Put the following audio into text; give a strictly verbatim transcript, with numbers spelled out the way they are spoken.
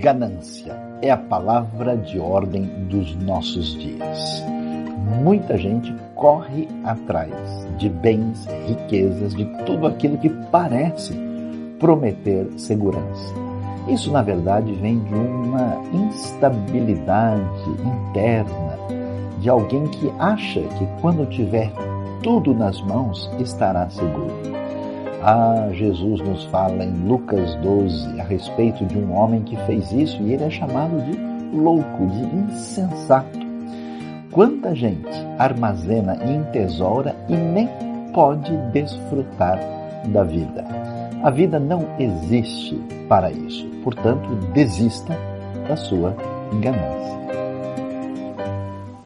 ganância é a palavra de ordem dos nossos dias. Muita gente corre atrás de bens, riquezas, de tudo aquilo que parece prometer segurança. Isso, na verdade, vem de uma instabilidade interna, de alguém que acha que quando tiver tudo nas mãos estará seguro. Ah, Jesus nos fala em Lucas doze a respeito de um homem que fez isso e ele é chamado de louco, de insensato. Quanta gente armazena e entesoura e nem pode desfrutar da vida. A vida não existe para isso. Portanto, desista da sua ganância.